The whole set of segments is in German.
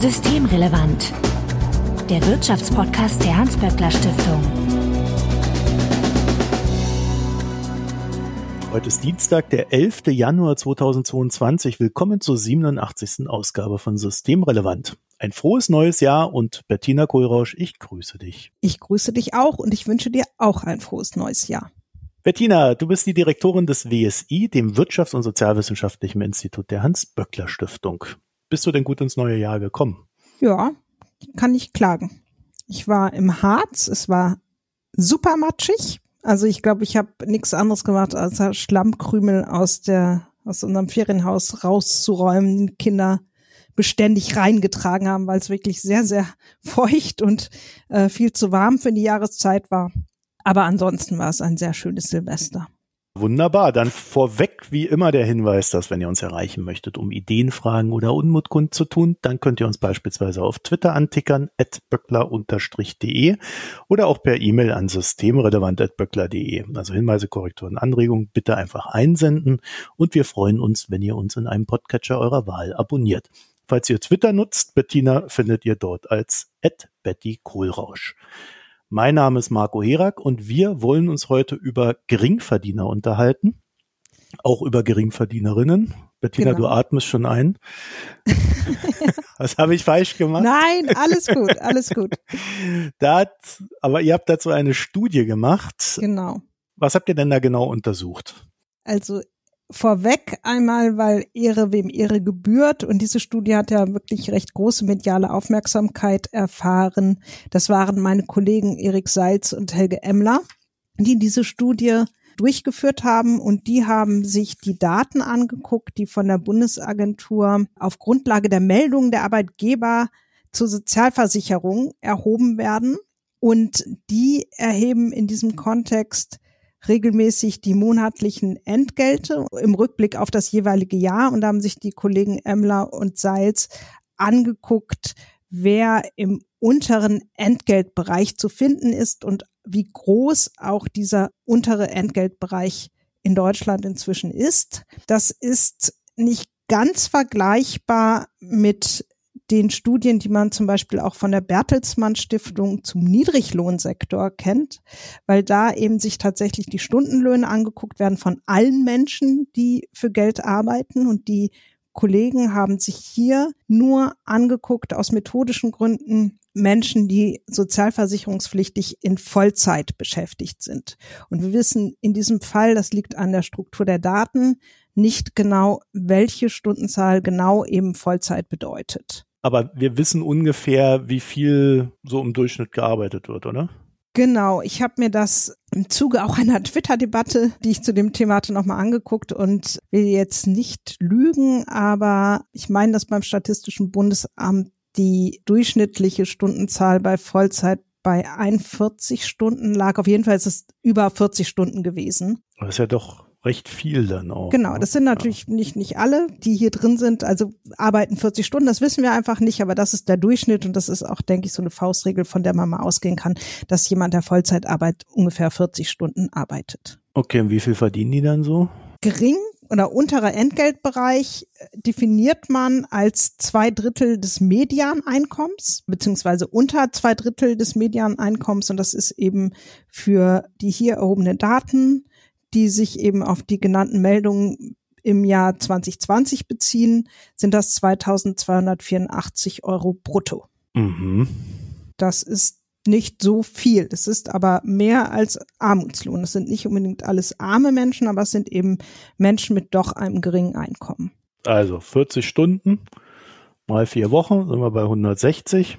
Systemrelevant. Der Wirtschaftspodcast der Hans-Böckler-Stiftung. Heute ist Dienstag, der 11. Januar 2022. Willkommen zur 87. Ausgabe von Systemrelevant. Ein frohes neues Jahr und Bettina Kohlrausch, ich grüße dich. Ich grüße dich auch und ich wünsche dir auch ein frohes neues Jahr. Bettina, du bist die Direktorin des WSI, dem Wirtschafts- und Sozialwissenschaftlichen Institut der Hans-Böckler-Stiftung. Bist du denn gut ins neue Jahr gekommen? Ja, kann nicht klagen. Ich war im Harz, es war super matschig. Also ich glaube, ich habe nichts anderes gemacht, als Schlammkrümel aus unserem Ferienhaus rauszuräumen, die Kinder beständig reingetragen haben, weil es wirklich sehr, sehr feucht und viel zu warm für die Jahreszeit war. Aber ansonsten war es ein sehr schönes Silvester. Wunderbar, dann vorweg wie immer der Hinweis, dass wenn ihr uns erreichen möchtet, um Ideen, Fragen oder Unmut kundzutun, dann könnt ihr uns beispielsweise auf Twitter antickern, @böckler_de oder auch per E-Mail an systemrelevant@böckler.de. Also Hinweise, Korrekturen, Anregungen bitte einfach einsenden und wir freuen uns, wenn ihr uns in einem Podcatcher eurer Wahl abonniert. Falls ihr Twitter nutzt, Bettina findet ihr dort als @betty_kohlrausch. Mein Name ist Marco Herak und wir wollen uns heute über Geringverdiener unterhalten, auch über Geringverdienerinnen. Bettina, genau. Du atmest schon ein. Was habe ich falsch gemacht? Nein, alles gut, alles gut. Aber ihr habt dazu eine Studie gemacht. Genau. Was habt ihr denn da genau untersucht? Also vorweg einmal, weil Ehre wem Ehre gebührt und diese Studie hat ja wirklich recht große mediale Aufmerksamkeit erfahren. Das waren meine Kollegen Erik Seitz und Helge Emmler, die diese Studie durchgeführt haben und die haben sich die Daten angeguckt, die von der Bundesagentur auf Grundlage der Meldungen der Arbeitgeber zur Sozialversicherung erhoben werden und die erheben in diesem Kontext regelmäßig die monatlichen Entgelte im Rückblick auf das jeweilige Jahr. Und da haben sich die Kollegen Emmler und Seitz angeguckt, wer im unteren Entgeltbereich zu finden ist und wie groß auch dieser untere Entgeltbereich in Deutschland inzwischen ist. Das ist nicht ganz vergleichbar mit den Studien, die man zum Beispiel auch von der Bertelsmann Stiftung zum Niedriglohnsektor kennt, weil da eben sich tatsächlich die Stundenlöhne angeguckt werden von allen Menschen, die für Geld arbeiten. Und die Kollegen haben sich hier nur angeguckt aus methodischen Gründen Menschen, die sozialversicherungspflichtig in Vollzeit beschäftigt sind. Und wir wissen in diesem Fall, das liegt an der Struktur der Daten, nicht genau, welche Stundenzahl genau eben Vollzeit bedeutet. Aber wir wissen ungefähr, wie viel so im Durchschnitt gearbeitet wird, oder? Genau, ich habe mir das im Zuge auch einer Twitter-Debatte, die ich zu dem Thema hatte, nochmal angeguckt und will jetzt nicht lügen, aber ich meine, dass beim Statistischen Bundesamt die durchschnittliche Stundenzahl bei Vollzeit bei 41 Stunden lag. Auf jeden Fall ist es über 40 Stunden gewesen. Das ist ja doch recht viel dann auch. Genau, das sind natürlich nicht alle, die hier drin sind, also arbeiten 40 Stunden, das wissen wir einfach nicht, aber das ist der Durchschnitt und das ist auch, denke ich, so eine Faustregel, von der man mal ausgehen kann, dass jemand, der Vollzeit arbeitet, ungefähr 40 Stunden arbeitet. Okay, und wie viel verdienen die dann so? Gering oder unterer Entgeltbereich definiert man als 2/3 des Medianeinkommens, beziehungsweise unter 2/3 des Medianeinkommens und das ist eben für die hier erhobenen Daten, die sich eben auf die genannten Meldungen im Jahr 2020 beziehen, sind das 2.284 € brutto. Mhm. Das ist nicht so viel. Es ist aber mehr als Armutslohn. Es sind nicht unbedingt alles arme Menschen, aber es sind eben Menschen mit doch einem geringen Einkommen. Also 40 Stunden mal 4 Wochen, sind wir bei 160.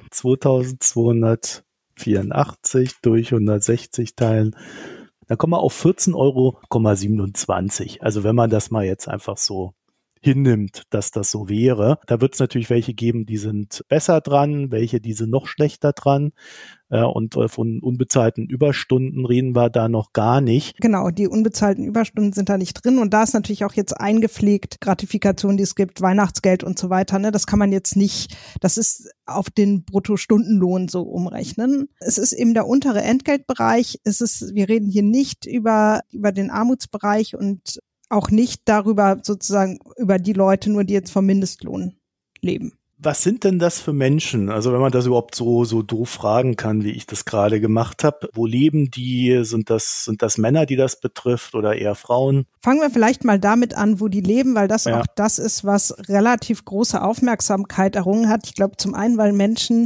2.284 durch 160 teilen. Dann kommen wir auf 14,27 €. Also wenn man das mal jetzt einfach so hinnimmt, dass das so wäre, da wird es natürlich welche geben, die sind besser dran, welche, die sind noch schlechter dran. Und von unbezahlten Überstunden reden wir da noch gar nicht. Genau, die unbezahlten Überstunden sind da nicht drin. Und da ist natürlich auch jetzt eingepflegt, Gratifikation, die es gibt, Weihnachtsgeld und so weiter. Ne? Das kann man jetzt nicht, das ist auf den Bruttostundenlohn so umrechnen. Es ist eben der untere Entgeltbereich. Wir reden hier nicht über den Armutsbereich und auch nicht darüber sozusagen über die Leute, nur die jetzt vom Mindestlohn leben. Was sind denn das für Menschen? Also wenn man das überhaupt so doof fragen kann, wie ich das gerade gemacht habe. Wo leben die? Sind das Männer, die das betrifft oder eher Frauen? Fangen wir vielleicht mal damit an, wo die leben, weil das auch das ist, was relativ große Aufmerksamkeit errungen hat. Ich glaube zum einen, weil Menschen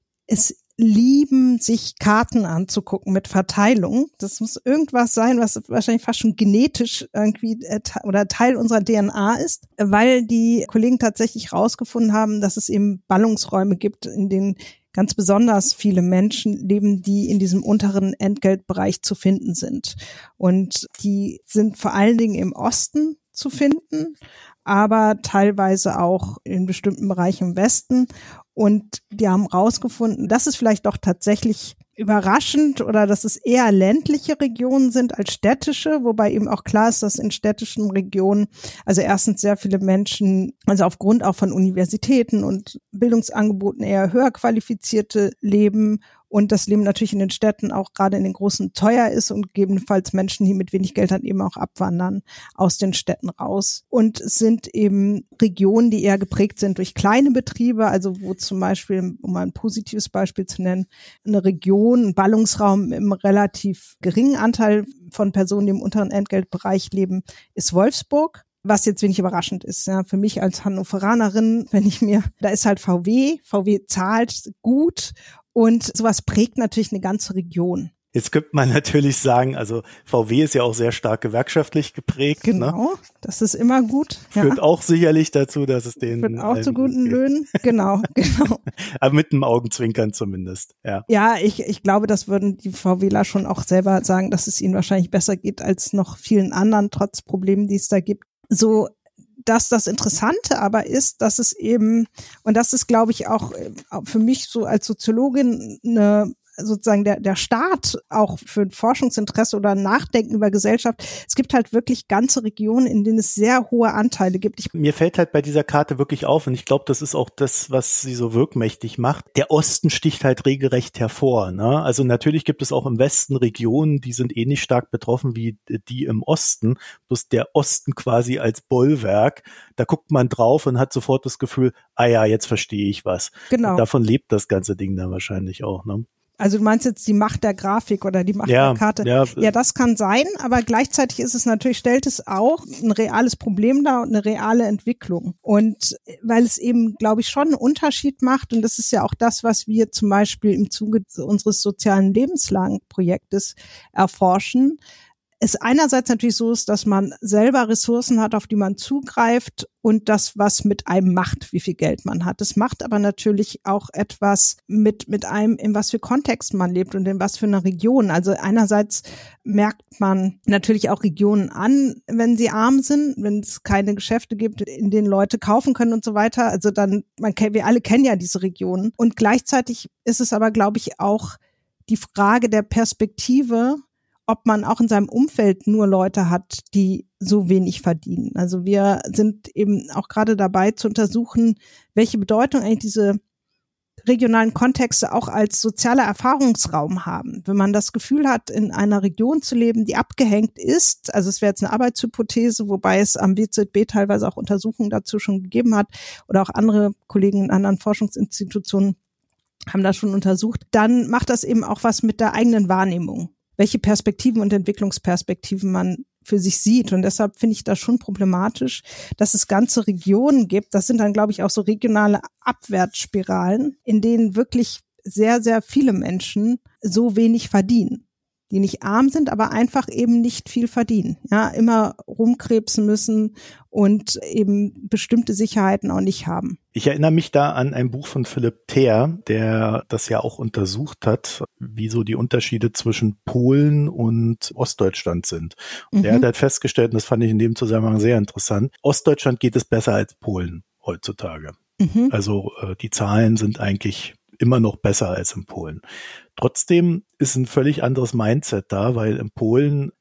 es lieben, sich Karten anzugucken mit Verteilung. Das muss irgendwas sein, was wahrscheinlich fast schon genetisch irgendwie oder Teil unserer DNA ist, weil die Kollegen tatsächlich rausgefunden haben, dass es eben Ballungsräume gibt, in denen ganz besonders viele Menschen leben, die in diesem unteren Entgeltbereich zu finden sind. Und die sind vor allen Dingen im Osten zu finden, aber teilweise auch in bestimmten Bereichen im Westen. Und die haben rausgefunden, dass es vielleicht doch tatsächlich überraschend oder dass es eher ländliche Regionen sind als städtische, wobei eben auch klar ist, dass in städtischen Regionen also erstens sehr viele Menschen, also aufgrund auch von Universitäten und Bildungsangeboten eher höher qualifizierte leben und das Leben natürlich in den Städten auch gerade in den großen teuer ist und gegebenenfalls Menschen, die mit wenig Geld dann eben auch abwandern aus den Städten raus. Und es sind eben Regionen, die eher geprägt sind durch kleine Betriebe, also wo zum Beispiel, um mal ein positives Beispiel zu nennen, eine Region, ein Ballungsraum im relativ geringen Anteil von Personen, die im unteren Entgeltbereich leben, ist Wolfsburg. Was jetzt wenig überraschend ist, ja, für mich als Hannoveranerin, da ist halt VW zahlt gut und sowas prägt natürlich eine ganze Region. Jetzt könnte man natürlich sagen, also VW ist ja auch sehr stark gewerkschaftlich geprägt. Genau, das ist immer gut. Führt auch sicherlich dazu, dass es denen führt auch zu guten Löhnen, genau. Aber mit einem Augenzwinkern zumindest, ja. Ja, ich glaube, das würden die VWler schon auch selber sagen, dass es ihnen wahrscheinlich besser geht als noch vielen anderen, trotz Problemen, die es da gibt. So, dass das Interessante aber ist, dass es eben, und das ist, glaube ich, auch für mich so als Soziologin sozusagen der Start auch für ein Forschungsinteresse oder ein Nachdenken über Gesellschaft. Es gibt halt wirklich ganze Regionen, in denen es sehr hohe Anteile gibt. Mir fällt halt bei dieser Karte wirklich auf, und ich glaube, das ist auch das, was sie so wirkmächtig macht. Der Osten sticht halt regelrecht hervor, ne? Also natürlich gibt es auch im Westen Regionen, die sind ähnlich stark betroffen wie die im Osten. Bloß der Osten quasi als Bollwerk, da guckt man drauf und hat sofort das Gefühl, ah ja, jetzt verstehe ich was. Genau. Und davon lebt das ganze Ding dann wahrscheinlich auch, ne? Also du meinst jetzt die Macht der Grafik oder die Macht der Karte. Ja, das kann sein, aber gleichzeitig stellt es auch ein reales Problem dar und eine reale Entwicklung. Und weil es eben, glaube ich, schon einen Unterschied macht, und das ist ja auch das, was wir zum Beispiel im Zuge unseres sozialen Lebenslang-Projektes erforschen, es einerseits natürlich so ist, dass man selber Ressourcen hat, auf die man zugreift und das, was mit einem macht, wie viel Geld man hat. Es macht aber natürlich auch etwas mit einem, in was für Kontext man lebt und in was für einer Region. Also einerseits merkt man natürlich auch Regionen an, wenn sie arm sind, wenn es keine Geschäfte gibt, in denen Leute kaufen können und so weiter. Also wir alle kennen ja diese Regionen. Und gleichzeitig ist es aber, glaube ich, auch die Frage der Perspektive, ob man auch in seinem Umfeld nur Leute hat, die so wenig verdienen. Also wir sind eben auch gerade dabei zu untersuchen, welche Bedeutung eigentlich diese regionalen Kontexte auch als sozialer Erfahrungsraum haben. Wenn man das Gefühl hat, in einer Region zu leben, die abgehängt ist, also es wäre jetzt eine Arbeitshypothese, wobei es am WZB teilweise auch Untersuchungen dazu schon gegeben hat oder auch andere Kollegen in anderen Forschungsinstitutionen haben das schon untersucht, dann macht das eben auch was mit der eigenen Wahrnehmung, welche Perspektiven und Entwicklungsperspektiven man für sich sieht. Und deshalb finde ich das schon problematisch, dass es ganze Regionen gibt. Das sind dann, glaube ich, auch so regionale Abwärtsspiralen, in denen wirklich sehr, sehr viele Menschen so wenig verdienen, die nicht arm sind, aber einfach eben nicht viel verdienen. Ja, immer rumkrebsen müssen und eben bestimmte Sicherheiten auch nicht haben. Ich erinnere mich da an ein Buch von Philipp Thaer, der das ja auch untersucht hat, wie so die Unterschiede zwischen Polen und Ostdeutschland sind. Und der hat halt festgestellt, und das fand ich in dem Zusammenhang sehr interessant, Ostdeutschland geht es besser als Polen heutzutage. Also die Zahlen sind eigentlich immer noch besser als in Polen. Trotzdem ist ein völlig anderes Mindset da, weil in Polen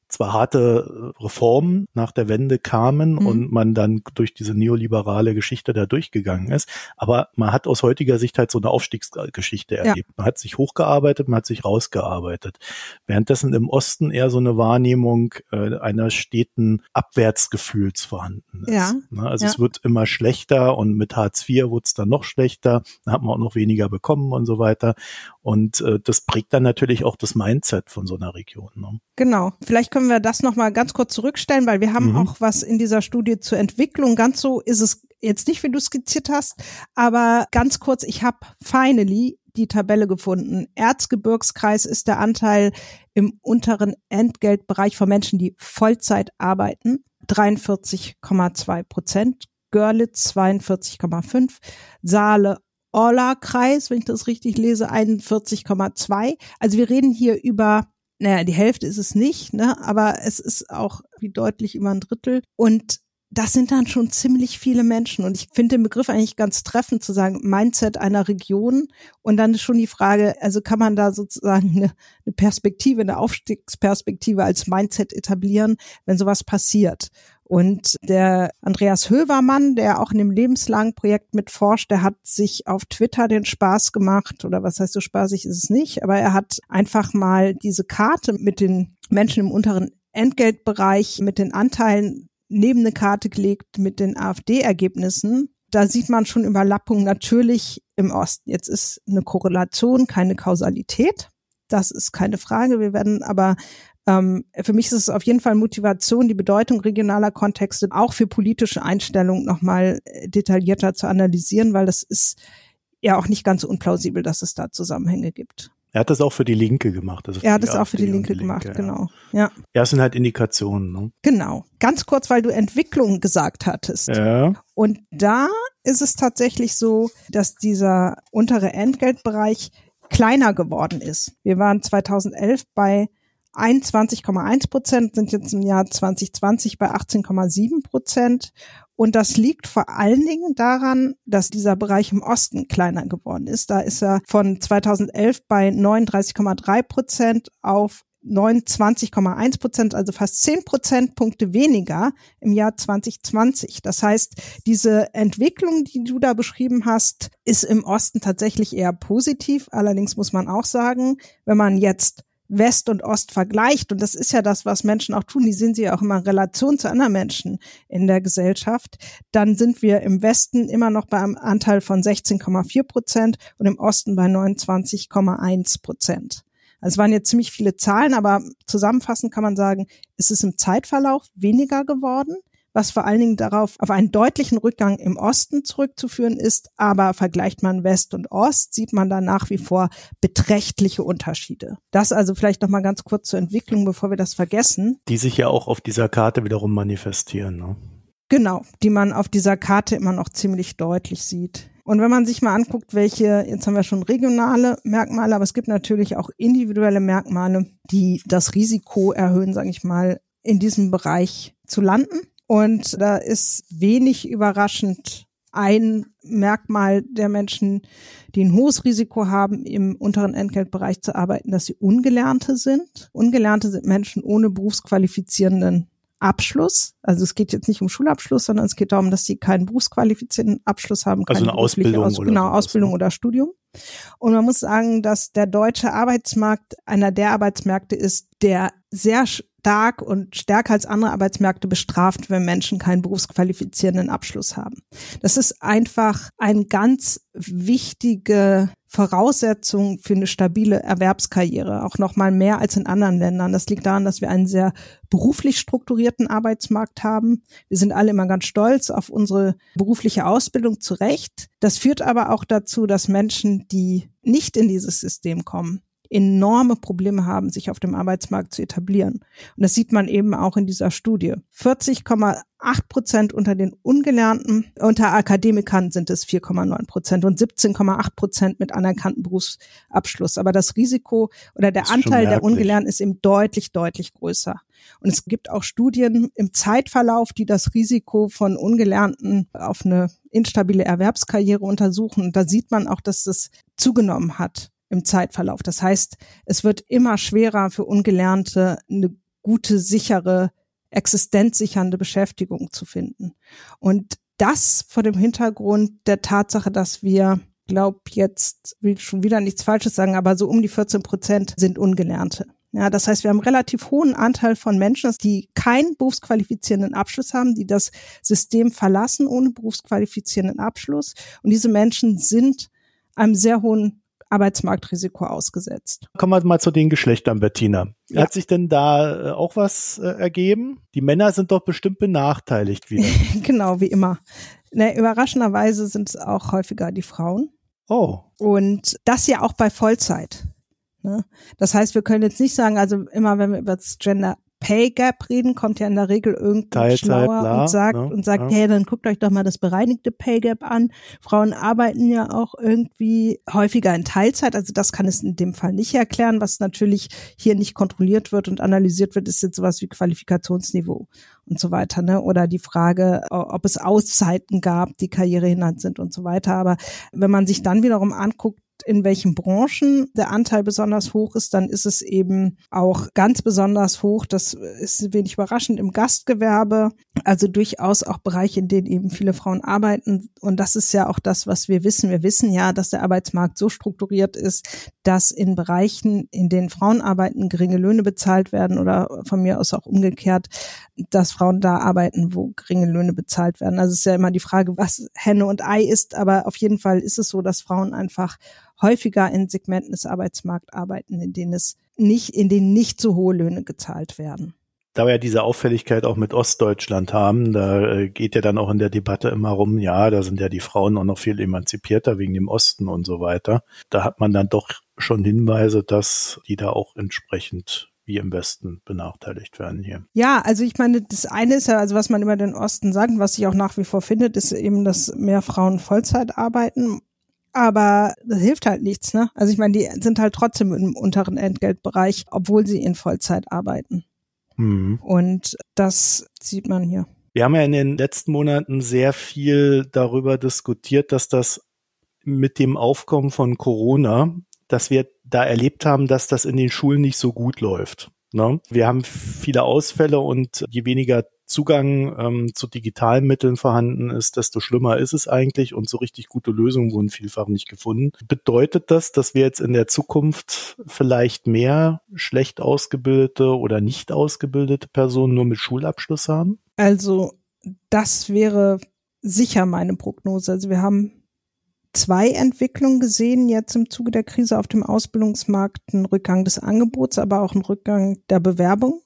zwar harte Reformen nach der Wende kamen und man dann durch diese neoliberale Geschichte da durchgegangen ist, aber man hat aus heutiger Sicht halt so eine Aufstiegsgeschichte erlebt. Man hat sich hochgearbeitet, man hat sich rausgearbeitet. Währenddessen im Osten eher so eine Wahrnehmung einer steten Abwärtsgefühls vorhanden ist. Also es wird immer schlechter und mit Hartz IV wurde es dann noch schlechter, da hat man auch noch weniger bekommen und so weiter. Und das prägt dann natürlich auch das Mindset von so einer Region. Ne? Genau. Vielleicht können wir das nochmal ganz kurz zurückstellen, weil wir haben auch was in dieser Studie zur Entwicklung. Ganz so ist es jetzt nicht, wie du skizziert hast, aber ganz kurz, ich habe finally die Tabelle gefunden. Erzgebirgskreis ist der Anteil im unteren Entgeltbereich von Menschen, die Vollzeit arbeiten, 43,2%, Görlitz 42,5%, Saale-Orla-Kreis, wenn ich das richtig lese, 41,2%. Also wir reden hier über, die Hälfte ist es nicht, ne, aber es ist auch wie deutlich über ein Drittel. Und das sind dann schon ziemlich viele Menschen. Und ich finde den Begriff eigentlich ganz treffend zu sagen, Mindset einer Region. Und dann ist schon die Frage, also kann man da sozusagen eine Perspektive, eine Aufstiegsperspektive als Mindset etablieren, wenn sowas passiert. Und der Andreas Hövermann, der auch in dem lebenslangen Projekt mitforscht, der hat sich auf Twitter den Spaß gemacht, oder was heißt so spaßig ist es nicht, aber er hat einfach mal diese Karte mit den Menschen im unteren Entgeltbereich, mit den Anteilen neben eine Karte gelegt mit den AfD-Ergebnissen. Da sieht man schon Überlappungen natürlich im Osten. Jetzt ist eine Korrelation, keine Kausalität. Das ist keine Frage. Wir werden aber für mich ist es auf jeden Fall Motivation, die Bedeutung regionaler Kontexte auch für politische Einstellungen nochmal detaillierter zu analysieren, weil das ist ja auch nicht ganz unplausibel, dass es da Zusammenhänge gibt. Er hat das auch für die Linke gemacht. Also er hat es auch für die Linke gemacht, genau. Ja. Ja, es sind halt Indikationen. Ne? Genau. Ganz kurz, weil du Entwicklung gesagt hattest. Ja. Und da ist es tatsächlich so, dass dieser untere Entgeltbereich kleiner geworden ist. Wir waren 2011 bei 21,1%, sind jetzt im Jahr 2020 bei 18,7%. Und das liegt vor allen Dingen daran, dass dieser Bereich im Osten kleiner geworden ist. Da ist er von 2011 bei 39,3% auf 29,1%, also fast 10 Prozentpunkte weniger im Jahr 2020. Das heißt, diese Entwicklung, die du da beschrieben hast, ist im Osten tatsächlich eher positiv. Allerdings muss man auch sagen, wenn man jetzt West und Ost vergleicht, und das ist ja das, was Menschen auch tun, die sehen sie ja auch immer in Relation zu anderen Menschen in der Gesellschaft, dann sind wir im Westen immer noch bei einem Anteil von 16,4% und im Osten bei 29,1%. Also es waren jetzt ziemlich viele Zahlen, aber zusammenfassend kann man sagen, es ist im Zeitverlauf weniger geworden, was vor allen Dingen darauf auf einen deutlichen Rückgang im Osten zurückzuführen ist. Aber vergleicht man West und Ost, sieht man da nach wie vor beträchtliche Unterschiede. Das also vielleicht noch mal ganz kurz zur Entwicklung, bevor wir das vergessen. Die sich ja auch auf dieser Karte wiederum manifestieren, ne? Genau, die man auf dieser Karte immer noch ziemlich deutlich sieht. Und wenn man sich mal anguckt, jetzt haben wir schon regionale Merkmale, aber es gibt natürlich auch individuelle Merkmale, die das Risiko erhöhen, sage ich mal, in diesem Bereich zu landen. Und da ist wenig überraschend ein Merkmal der Menschen, die ein hohes Risiko haben, im unteren Entgeltbereich zu arbeiten, dass sie Ungelernte sind. Ungelernte sind Menschen ohne berufsqualifizierenden Abschluss. Also es geht jetzt nicht um Schulabschluss, sondern es geht darum, dass sie keinen berufsqualifizierenden Abschluss haben. Also eine Ausbildung Ausbildung oder Studium. Und man muss sagen, dass der deutsche Arbeitsmarkt einer der Arbeitsmärkte ist, der sehr stark und stärker als andere Arbeitsmärkte bestraft, wenn Menschen keinen berufsqualifizierenden Abschluss haben. Das ist einfach eine ganz wichtige Voraussetzung für eine stabile Erwerbskarriere, auch noch mal mehr als in anderen Ländern. Das liegt daran, dass wir einen sehr beruflich strukturierten Arbeitsmarkt haben. Wir sind alle immer ganz stolz auf unsere berufliche Ausbildung, zu Recht. Das führt aber auch dazu, dass Menschen, die nicht in dieses System kommen, enorme Probleme haben, sich auf dem Arbeitsmarkt zu etablieren. Und das sieht man eben auch in dieser Studie. 40,8% unter den Ungelernten, unter Akademikern sind es 4,9% und 17,8% mit anerkanntem Berufsabschluss. Aber das Risiko oder der Anteil der Ungelernten ist eben deutlich, deutlich größer. Und es gibt auch Studien im Zeitverlauf, die das Risiko von Ungelernten auf eine instabile Erwerbskarriere untersuchen. Und da sieht man auch, dass das zugenommen hat im Zeitverlauf. Das heißt, es wird immer schwerer für Ungelernte, eine gute, sichere, existenzsichernde Beschäftigung zu finden. Und das vor dem Hintergrund der Tatsache, dass wir, jetzt will ich schon wieder nichts Falsches sagen, aber so um die 14% sind Ungelernte. Ja, das heißt, wir haben einen relativ hohen Anteil von Menschen, die keinen berufsqualifizierenden Abschluss haben, die das System verlassen ohne berufsqualifizierenden Abschluss. Und diese Menschen sind einem sehr hohen Arbeitsmarktrisiko ausgesetzt. Kommen wir mal zu den Geschlechtern, Bettina. Ja. Hat sich denn da auch was ergeben? Die Männer sind doch bestimmt benachteiligt wieder. Genau, wie immer. Überraschenderweise sind es auch häufiger die Frauen. Oh. Und das ja auch bei Vollzeit. Ne? Das heißt, wir können jetzt nicht sagen, also immer wenn wir über das Gender Pay Gap reden, kommt ja in der Regel irgendein Schlauer bla, und sagt, hey, dann guckt euch doch mal das bereinigte Pay Gap an. Frauen arbeiten ja auch irgendwie häufiger in Teilzeit, also das kann es in dem Fall nicht erklären. Was natürlich hier nicht kontrolliert wird und analysiert wird, ist jetzt sowas wie Qualifikationsniveau und so weiter, ne? Oder die Frage, ob es Auszeiten gab, die karrierehindernd sind und so weiter. Aber wenn man sich dann wiederum anguckt, in welchen Branchen der Anteil besonders hoch ist, dann ist es eben auch ganz besonders hoch. Das ist wenig überraschend im Gastgewerbe, also durchaus auch Bereiche, in denen eben viele Frauen arbeiten. Und das ist ja auch das, was wir wissen. Wir wissen ja, dass der Arbeitsmarkt so strukturiert ist, dass in Bereichen, in denen Frauen arbeiten, geringe Löhne bezahlt werden oder von mir aus auch umgekehrt, dass Frauen da arbeiten, wo geringe Löhne bezahlt werden. Also es ist ja immer die Frage, was Henne und Ei ist, aber auf jeden Fall ist es so, dass Frauen einfach häufiger in Segmenten des Arbeitsmarkts arbeiten, in denen nicht so hohe Löhne gezahlt werden. Da wir ja diese Auffälligkeit auch mit Ostdeutschland haben, da geht ja dann auch in der Debatte immer rum, ja, da sind ja die Frauen auch noch viel emanzipierter wegen dem Osten und so weiter. Da hat man dann doch schon Hinweise, dass die da auch entsprechend wie im Westen benachteiligt werden hier. Ja, also ich meine, das eine ist ja, also was man über den Osten sagt, was sich auch nach wie vor findet, ist eben, dass mehr Frauen Vollzeit arbeiten. Aber das hilft halt nichts, ne? Also ich meine, die sind halt trotzdem im unteren Entgeltbereich, obwohl sie in Vollzeit arbeiten. Und das sieht man hier. Wir haben ja in den letzten Monaten sehr viel darüber diskutiert, dass das mit dem Aufkommen von Corona, dass wir da erlebt haben, dass das in den Schulen nicht so gut läuft. Ne? Wir haben viele Ausfälle und je weniger Zugang zu digitalen Mitteln vorhanden ist, desto schlimmer ist es eigentlich und so richtig gute Lösungen wurden vielfach nicht gefunden. Bedeutet das, dass wir jetzt in der Zukunft vielleicht mehr schlecht ausgebildete oder nicht ausgebildete Personen nur mit Schulabschluss haben? Also das wäre sicher meine Prognose. Also wir haben 2 Entwicklungen gesehen jetzt im Zuge der Krise auf dem Ausbildungsmarkt, einen Rückgang des Angebots, aber auch einen Rückgang der Bewerbung.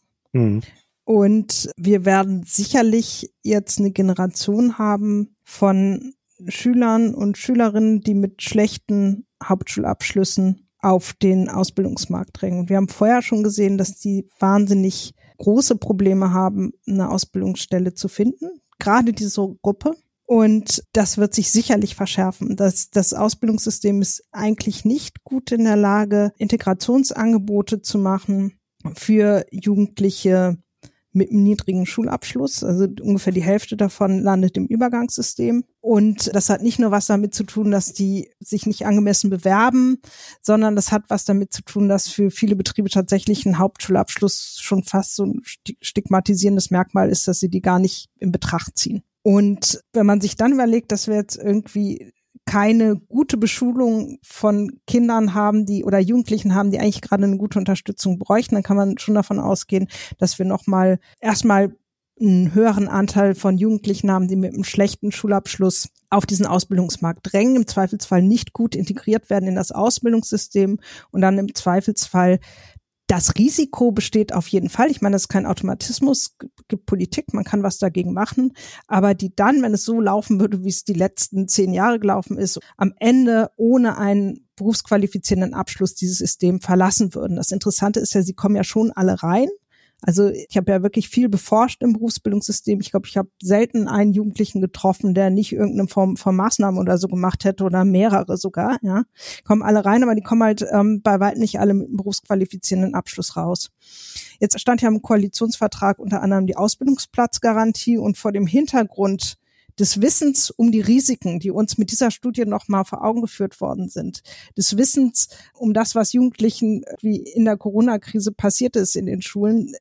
Und wir werden sicherlich jetzt eine Generation haben von Schülern und Schülerinnen, die mit schlechten Hauptschulabschlüssen auf den Ausbildungsmarkt drängen. Wir haben vorher schon gesehen, dass die wahnsinnig große Probleme haben, eine Ausbildungsstelle zu finden, gerade diese Gruppe. Und das wird sich sicherlich verschärfen. Das Ausbildungssystem ist eigentlich nicht gut in der Lage, Integrationsangebote zu machen für Jugendliche mit einem niedrigen Schulabschluss. Also ungefähr die Hälfte davon landet im Übergangssystem. Und das hat nicht nur was damit zu tun, dass die sich nicht angemessen bewerben, sondern das hat was damit zu tun, dass für viele Betriebe tatsächlich ein Hauptschulabschluss schon fast so ein stigmatisierendes Merkmal ist, dass sie die gar nicht in Betracht ziehen. Und wenn man sich dann überlegt, dass wir jetzt irgendwie keine gute Beschulung von Kindern haben, die oder Jugendlichen haben, die eigentlich gerade eine gute Unterstützung bräuchten, dann kann man schon davon ausgehen, dass wir erstmal einen höheren Anteil von Jugendlichen haben, die mit einem schlechten Schulabschluss auf diesen Ausbildungsmarkt drängen, im Zweifelsfall nicht gut integriert werden in das Ausbildungssystem und dann im Zweifelsfall das Risiko besteht auf jeden Fall. Ich meine, das ist kein Automatismus, gibt Politik, man kann was dagegen machen. Aber die dann, wenn es so laufen würde, wie es die letzten 10 Jahre gelaufen ist, am Ende ohne einen berufsqualifizierenden Abschluss dieses System verlassen würden. Das Interessante ist ja, sie kommen ja schon alle rein. Also ich habe ja wirklich viel beforscht im Berufsbildungssystem. Ich glaube, ich habe selten einen Jugendlichen getroffen, der nicht irgendeine Form von Maßnahmen oder so gemacht hätte oder mehrere sogar. Ja, kommen alle rein, aber die kommen halt bei weitem nicht alle mit einem berufsqualifizierenden Abschluss raus. Jetzt stand ja im Koalitionsvertrag unter anderem die Ausbildungsplatzgarantie und vor dem Hintergrund des Wissens um die Risiken, die uns mit dieser Studie nochmal vor Augen geführt worden sind, des Wissens um das, was Jugendlichen wie in der Corona-Krise passiert ist in den Schulen,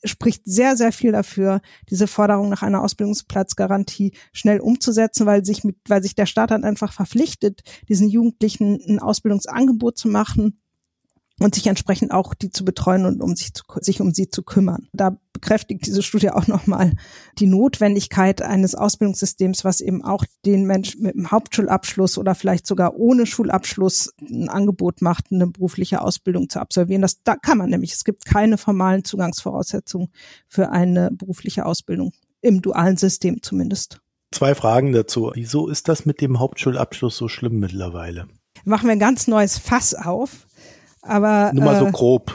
spricht sehr, sehr viel dafür, diese Forderung nach einer Ausbildungsplatzgarantie schnell umzusetzen, weil sich der Staat dann einfach verpflichtet, diesen Jugendlichen ein Ausbildungsangebot zu machen und sich entsprechend auch die zu betreuen und sich um sie zu kümmern. Da bekräftigt diese Studie auch nochmal die Notwendigkeit eines Ausbildungssystems, was eben auch den Menschen mit einem Hauptschulabschluss oder vielleicht sogar ohne Schulabschluss ein Angebot macht, eine berufliche Ausbildung zu absolvieren. Da kann man nämlich. Es gibt keine formalen Zugangsvoraussetzungen für eine berufliche Ausbildung, im dualen System zumindest. 2 Fragen dazu. Wieso ist das mit dem Hauptschulabschluss so schlimm mittlerweile? Machen wir ein ganz neues Fass auf. Aber nur mal so grob.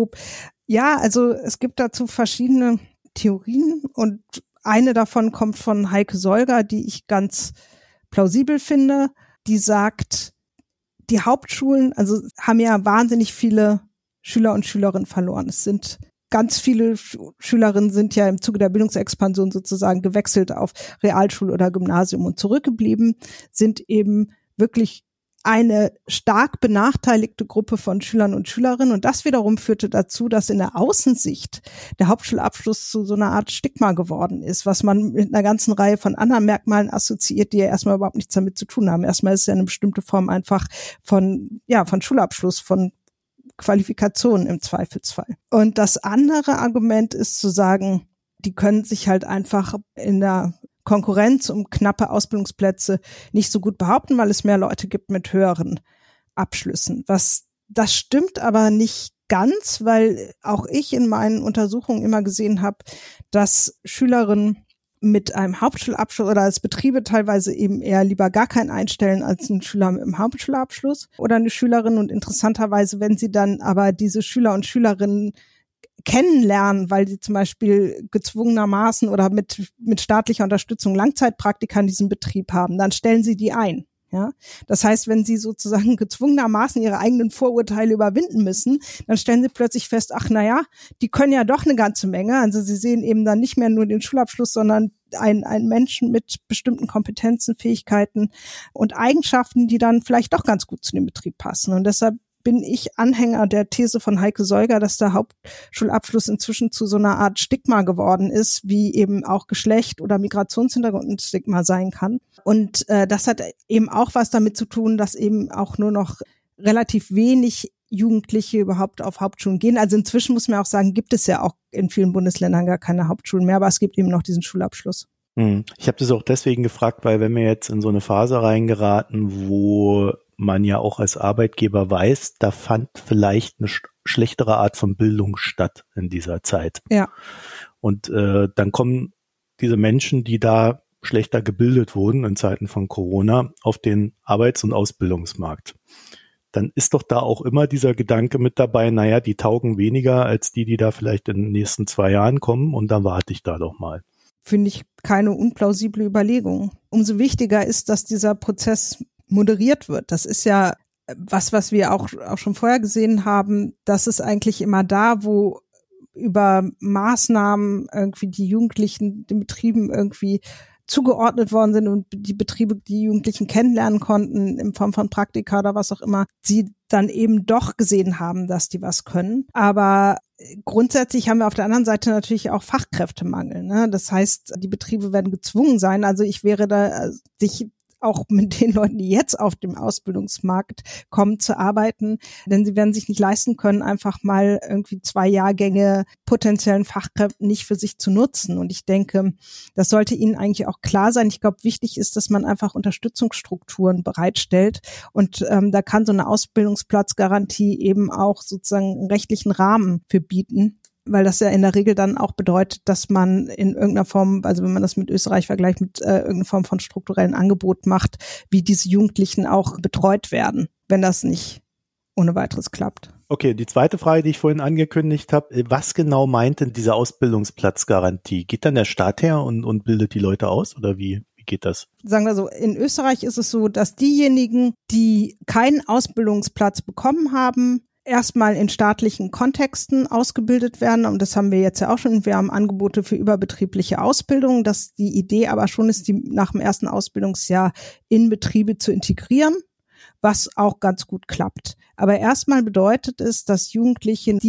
Ja, also es gibt dazu verschiedene Theorien und eine davon kommt von Heike Solger, die ich ganz plausibel finde. Die sagt, die Hauptschulen, also haben ja wahnsinnig viele Schüler und Schülerinnen verloren. Es sind ganz viele Schülerinnen sind ja im Zuge der Bildungsexpansion sozusagen gewechselt auf Realschule oder Gymnasium und zurückgeblieben, sind eben wirklich eine stark benachteiligte Gruppe von Schülern und Schülerinnen. Und das wiederum führte dazu, dass in der Außensicht der Hauptschulabschluss zu so einer Art Stigma geworden ist, was man mit einer ganzen Reihe von anderen Merkmalen assoziiert, die ja erstmal überhaupt nichts damit zu tun haben. Erstmal ist es ja eine bestimmte Form einfach von Schulabschluss, von Qualifikationen im Zweifelsfall. Und das andere Argument ist zu sagen, die können sich halt einfach in der Konkurrenz um knappe Ausbildungsplätze nicht so gut behaupten, weil es mehr Leute gibt mit höheren Abschlüssen. Das stimmt aber nicht ganz, weil auch ich in meinen Untersuchungen immer gesehen habe, dass Schülerinnen mit einem Hauptschulabschluss oder als Betriebe teilweise eben eher lieber gar keinen einstellen als einen Schüler mit einem Hauptschulabschluss oder eine Schülerin. Und interessanterweise, wenn sie dann aber diese Schüler und Schülerinnen kennenlernen, weil sie zum Beispiel gezwungenermaßen oder mit staatlicher Unterstützung Langzeitpraktika in diesem Betrieb haben, dann stellen sie die ein. Ja, das heißt, wenn sie sozusagen gezwungenermaßen ihre eigenen Vorurteile überwinden müssen, dann stellen sie plötzlich fest, ach naja, die können ja doch eine ganze Menge. Also sie sehen eben dann nicht mehr nur den Schulabschluss, sondern einen Menschen mit bestimmten Kompetenzen, Fähigkeiten und Eigenschaften, die dann vielleicht doch ganz gut zu dem Betrieb passen. Und deshalb bin ich Anhänger der These von Heike Solger, dass der Hauptschulabschluss inzwischen zu so einer Art Stigma geworden ist, wie eben auch Geschlecht oder Migrationshintergrund ein Stigma sein kann. Und das hat eben auch was damit zu tun, dass eben auch nur noch relativ wenig Jugendliche überhaupt auf Hauptschulen gehen. Also inzwischen muss man auch sagen, gibt es ja auch in vielen Bundesländern gar keine Hauptschulen mehr, aber es gibt eben noch diesen Schulabschluss. Ich habe das auch deswegen gefragt, weil wenn wir jetzt in so eine Phase reingeraten, wo man ja auch als Arbeitgeber weiß, da fand vielleicht eine schlechtere Art von Bildung statt in dieser Zeit. Ja. Und dann kommen diese Menschen, die da schlechter gebildet wurden in Zeiten von Corona, auf den Arbeits- und Ausbildungsmarkt. Dann ist doch da auch immer dieser Gedanke mit dabei, naja, die taugen weniger als die da vielleicht in den nächsten 2 Jahren kommen und dann warte ich da doch mal. Finde ich keine unplausible Überlegung. Umso wichtiger ist, dass dieser Prozess moderiert wird. Das ist ja was wir auch schon vorher gesehen haben, dass es eigentlich immer da, wo über Maßnahmen irgendwie die Jugendlichen den Betrieben irgendwie zugeordnet worden sind und die Betriebe die Jugendlichen kennenlernen konnten in Form von Praktika oder was auch immer, sie dann eben doch gesehen haben, dass die was können. Aber grundsätzlich haben wir auf der anderen Seite natürlich auch Fachkräftemangel, ne? Das heißt, die Betriebe werden gezwungen sein. Also ich wäre da auch mit den Leuten, die jetzt auf dem Ausbildungsmarkt kommen, zu arbeiten. Denn sie werden sich nicht leisten können, einfach mal irgendwie 2 Jahrgänge potenziellen Fachkräften nicht für sich zu nutzen. Und ich denke, das sollte ihnen eigentlich auch klar sein. Ich glaube, wichtig ist, dass man einfach Unterstützungsstrukturen bereitstellt. Und da kann so eine Ausbildungsplatzgarantie eben auch sozusagen einen rechtlichen Rahmen für bieten. Weil das ja in der Regel dann auch bedeutet, dass man in irgendeiner Form, also wenn man das mit Österreich vergleicht, mit irgendeiner Form von strukturellen Angebot macht, wie diese Jugendlichen auch betreut werden, wenn das nicht ohne weiteres klappt. Okay, die zweite Frage, die ich vorhin angekündigt habe, was genau meint denn diese Ausbildungsplatzgarantie? Geht dann der Staat her und bildet die Leute aus oder wie geht das? Sagen wir so, in Österreich ist es so, dass diejenigen, die keinen Ausbildungsplatz bekommen haben, erstmal in staatlichen Kontexten ausgebildet werden. Und das haben wir jetzt ja auch schon. Wir haben Angebote für überbetriebliche Ausbildung. Dass die Idee aber schon ist, die nach dem ersten Ausbildungsjahr in Betriebe zu integrieren, was auch ganz gut klappt. Aber erstmal bedeutet es, dass Jugendliche, die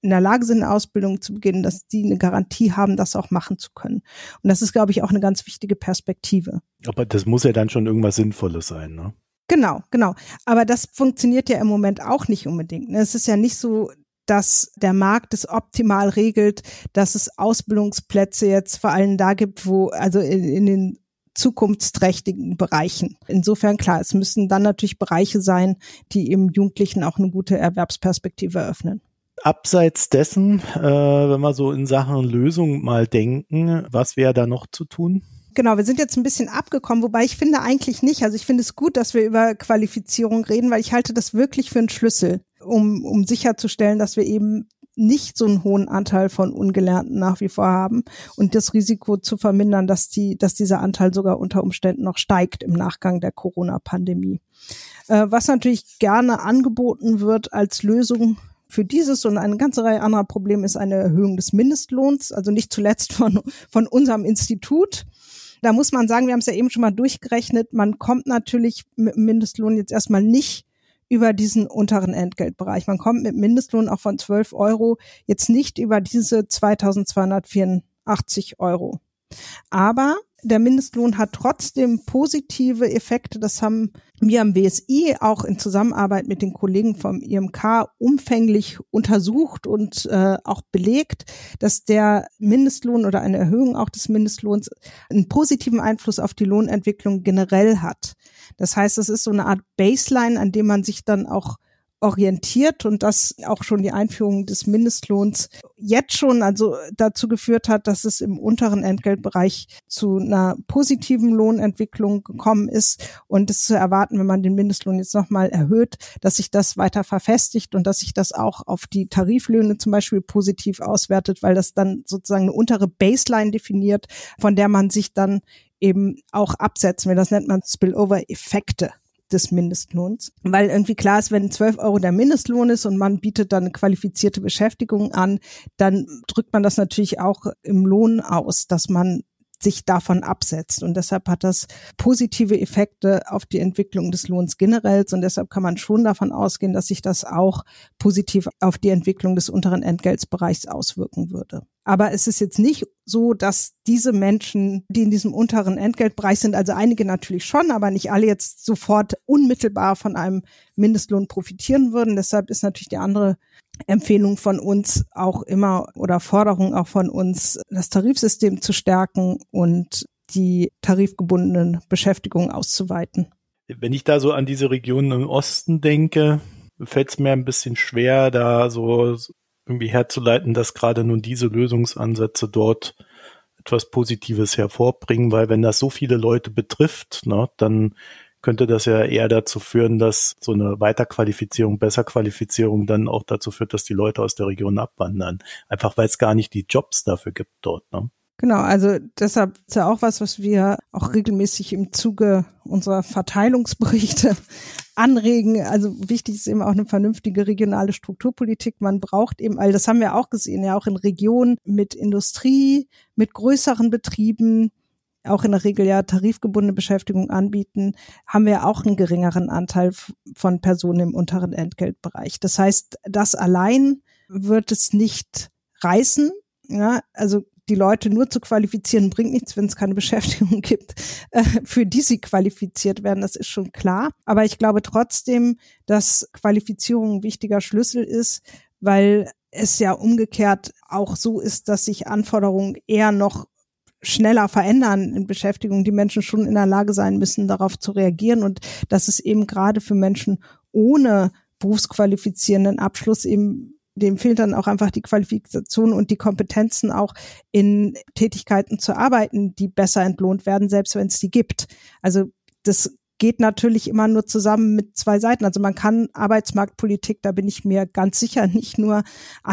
in der Lage sind, eine Ausbildung zu beginnen, dass die eine Garantie haben, das auch machen zu können. Und das ist, glaube ich, auch eine ganz wichtige Perspektive. Aber das muss ja dann schon irgendwas Sinnvolles sein, ne? Genau. Aber das funktioniert ja im Moment auch nicht unbedingt. Es ist ja nicht so, dass der Markt es optimal regelt, dass es Ausbildungsplätze jetzt vor allem da gibt, wo, also in den zukunftsträchtigen Bereichen. Insofern klar, es müssen dann natürlich Bereiche sein, die eben Jugendlichen auch eine gute Erwerbsperspektive eröffnen. Abseits dessen, wenn wir so in Sachen Lösung mal denken, was wäre da noch zu tun? Genau, wir sind jetzt ein bisschen abgekommen, wobei ich finde eigentlich nicht. Also ich finde es gut, dass wir über Qualifizierung reden, weil ich halte das wirklich für einen Schlüssel, um sicherzustellen, dass wir eben nicht so einen hohen Anteil von Ungelernten nach wie vor haben und das Risiko zu vermindern, dass dieser Anteil sogar unter Umständen noch steigt im Nachgang der Corona-Pandemie. Was natürlich gerne angeboten wird als Lösung für dieses und eine ganze Reihe anderer Probleme ist eine Erhöhung des Mindestlohns, also nicht zuletzt von unserem Institut. Da muss man sagen, wir haben es ja eben schon mal durchgerechnet, man kommt natürlich mit dem Mindestlohn jetzt erstmal nicht über diesen unteren Entgeltbereich. Man kommt mit Mindestlohn auch von 12 € jetzt nicht über diese 2.284 €. Aber der Mindestlohn hat trotzdem positive Effekte. Das haben wir am BSI auch in Zusammenarbeit mit den Kollegen vom IMK umfänglich untersucht und auch belegt, dass der Mindestlohn oder eine Erhöhung auch des Mindestlohns einen positiven Einfluss auf die Lohnentwicklung generell hat. Das heißt, es ist so eine Art Baseline, an dem man sich dann auch orientiert und dass auch schon die Einführung des Mindestlohns jetzt schon also dazu geführt hat, dass es im unteren Entgeltbereich zu einer positiven Lohnentwicklung gekommen ist und es zu erwarten, wenn man den Mindestlohn jetzt nochmal erhöht, dass sich das weiter verfestigt und dass sich das auch auf die Tariflöhne zum Beispiel positiv auswertet, weil das dann sozusagen eine untere Baseline definiert, von der man sich dann eben auch absetzen will. Das nennt man Spillover-Effekte des Mindestlohns, weil irgendwie klar ist, wenn 12 € der Mindestlohn ist und man bietet dann eine qualifizierte Beschäftigung an, dann drückt man das natürlich auch im Lohn aus, dass man sich davon absetzt und deshalb hat das positive Effekte auf die Entwicklung des Lohns generell und deshalb kann man schon davon ausgehen, dass sich das auch positiv auf die Entwicklung des unteren Entgeltbereichs auswirken würde. Aber es ist jetzt nicht so, dass diese Menschen, die in diesem unteren Entgeltbereich sind, also einige natürlich schon, aber nicht alle jetzt sofort unmittelbar von einem Mindestlohn profitieren würden. Deshalb ist natürlich die andere Empfehlung von uns auch immer oder Forderung auch von uns, das Tarifsystem zu stärken und die tarifgebundenen Beschäftigungen auszuweiten. Wenn ich da so an diese Regionen im Osten denke, fällt es mir ein bisschen schwer, da so irgendwie herzuleiten, dass gerade nun diese Lösungsansätze dort etwas Positives hervorbringen, weil wenn das so viele Leute betrifft, ne, dann könnte das ja eher dazu führen, dass so eine Weiterqualifizierung, Besserqualifizierung dann auch dazu führt, dass die Leute aus der Region abwandern. Einfach weil es gar nicht die Jobs dafür gibt dort, ne? Genau, also deshalb ist ja auch was wir auch regelmäßig im Zuge unserer Verteilungsberichte anregen. Also wichtig ist eben auch eine vernünftige regionale Strukturpolitik. Man braucht eben, also das haben wir auch gesehen, ja auch in Regionen mit Industrie, mit größeren Betrieben, auch in der Regel ja tarifgebundene Beschäftigung anbieten, haben wir auch einen geringeren Anteil von Personen im unteren Entgeltbereich. Das heißt, das allein wird es nicht reißen. Ja, also die Leute nur zu qualifizieren bringt nichts, wenn es keine Beschäftigung gibt, für die sie qualifiziert werden. Das ist schon klar. Aber ich glaube trotzdem, dass Qualifizierung ein wichtiger Schlüssel ist, weil es ja umgekehrt auch so ist, dass sich Anforderungen eher noch schneller verändern in Beschäftigung, die Menschen schon in der Lage sein müssen, darauf zu reagieren und dass es eben gerade für Menschen ohne berufsqualifizierenden Abschluss eben, dem fehlt dann auch einfach die Qualifikation und die Kompetenzen auch in Tätigkeiten zu arbeiten, die besser entlohnt werden, selbst wenn es die gibt. Also das geht natürlich immer nur zusammen mit zwei Seiten. Also man kann Arbeitsmarktpolitik, da bin ich mir ganz sicher, nicht nur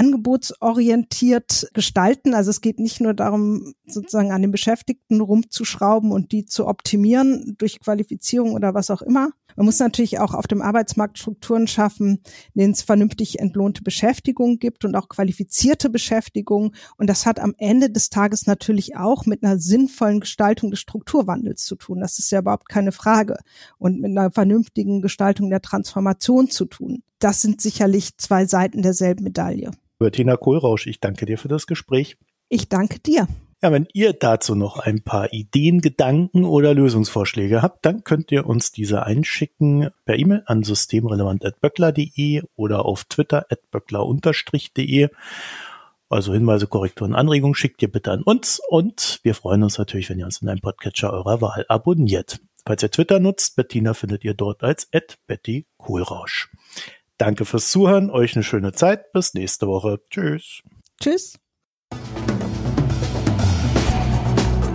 angebotsorientiert gestalten. Also es geht nicht nur darum, sozusagen an den Beschäftigten rumzuschrauben und die zu optimieren durch Qualifizierung oder was auch immer. Man muss natürlich auch auf dem Arbeitsmarkt Strukturen schaffen, in denen es vernünftig entlohnte Beschäftigung gibt und auch qualifizierte Beschäftigung. Und das hat am Ende des Tages natürlich auch mit einer sinnvollen Gestaltung des Strukturwandels zu tun. Das ist ja überhaupt keine Frage. Und mit einer vernünftigen Gestaltung der Transformation zu tun. Das sind sicherlich zwei Seiten derselben Medaille. Bettina Kohlrausch, ich danke dir für das Gespräch. Ich danke dir. Ja, wenn ihr dazu noch ein paar Ideen, Gedanken oder Lösungsvorschläge habt, dann könnt ihr uns diese einschicken per E-Mail an systemrelevant@böckler.de oder auf Twitter @böckler_de. Also Hinweise, Korrekturen, Anregungen schickt ihr bitte an uns und wir freuen uns natürlich, wenn ihr uns in einem Podcatcher eurer Wahl abonniert. Falls ihr Twitter nutzt, Bettina findet ihr dort als @BettyKohlrausch. Danke fürs Zuhören, euch eine schöne Zeit, bis nächste Woche. Tschüss. Tschüss.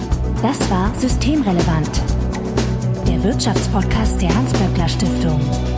Das war Systemrelevant, der Wirtschaftspodcast der Hans-Böckler Stiftung.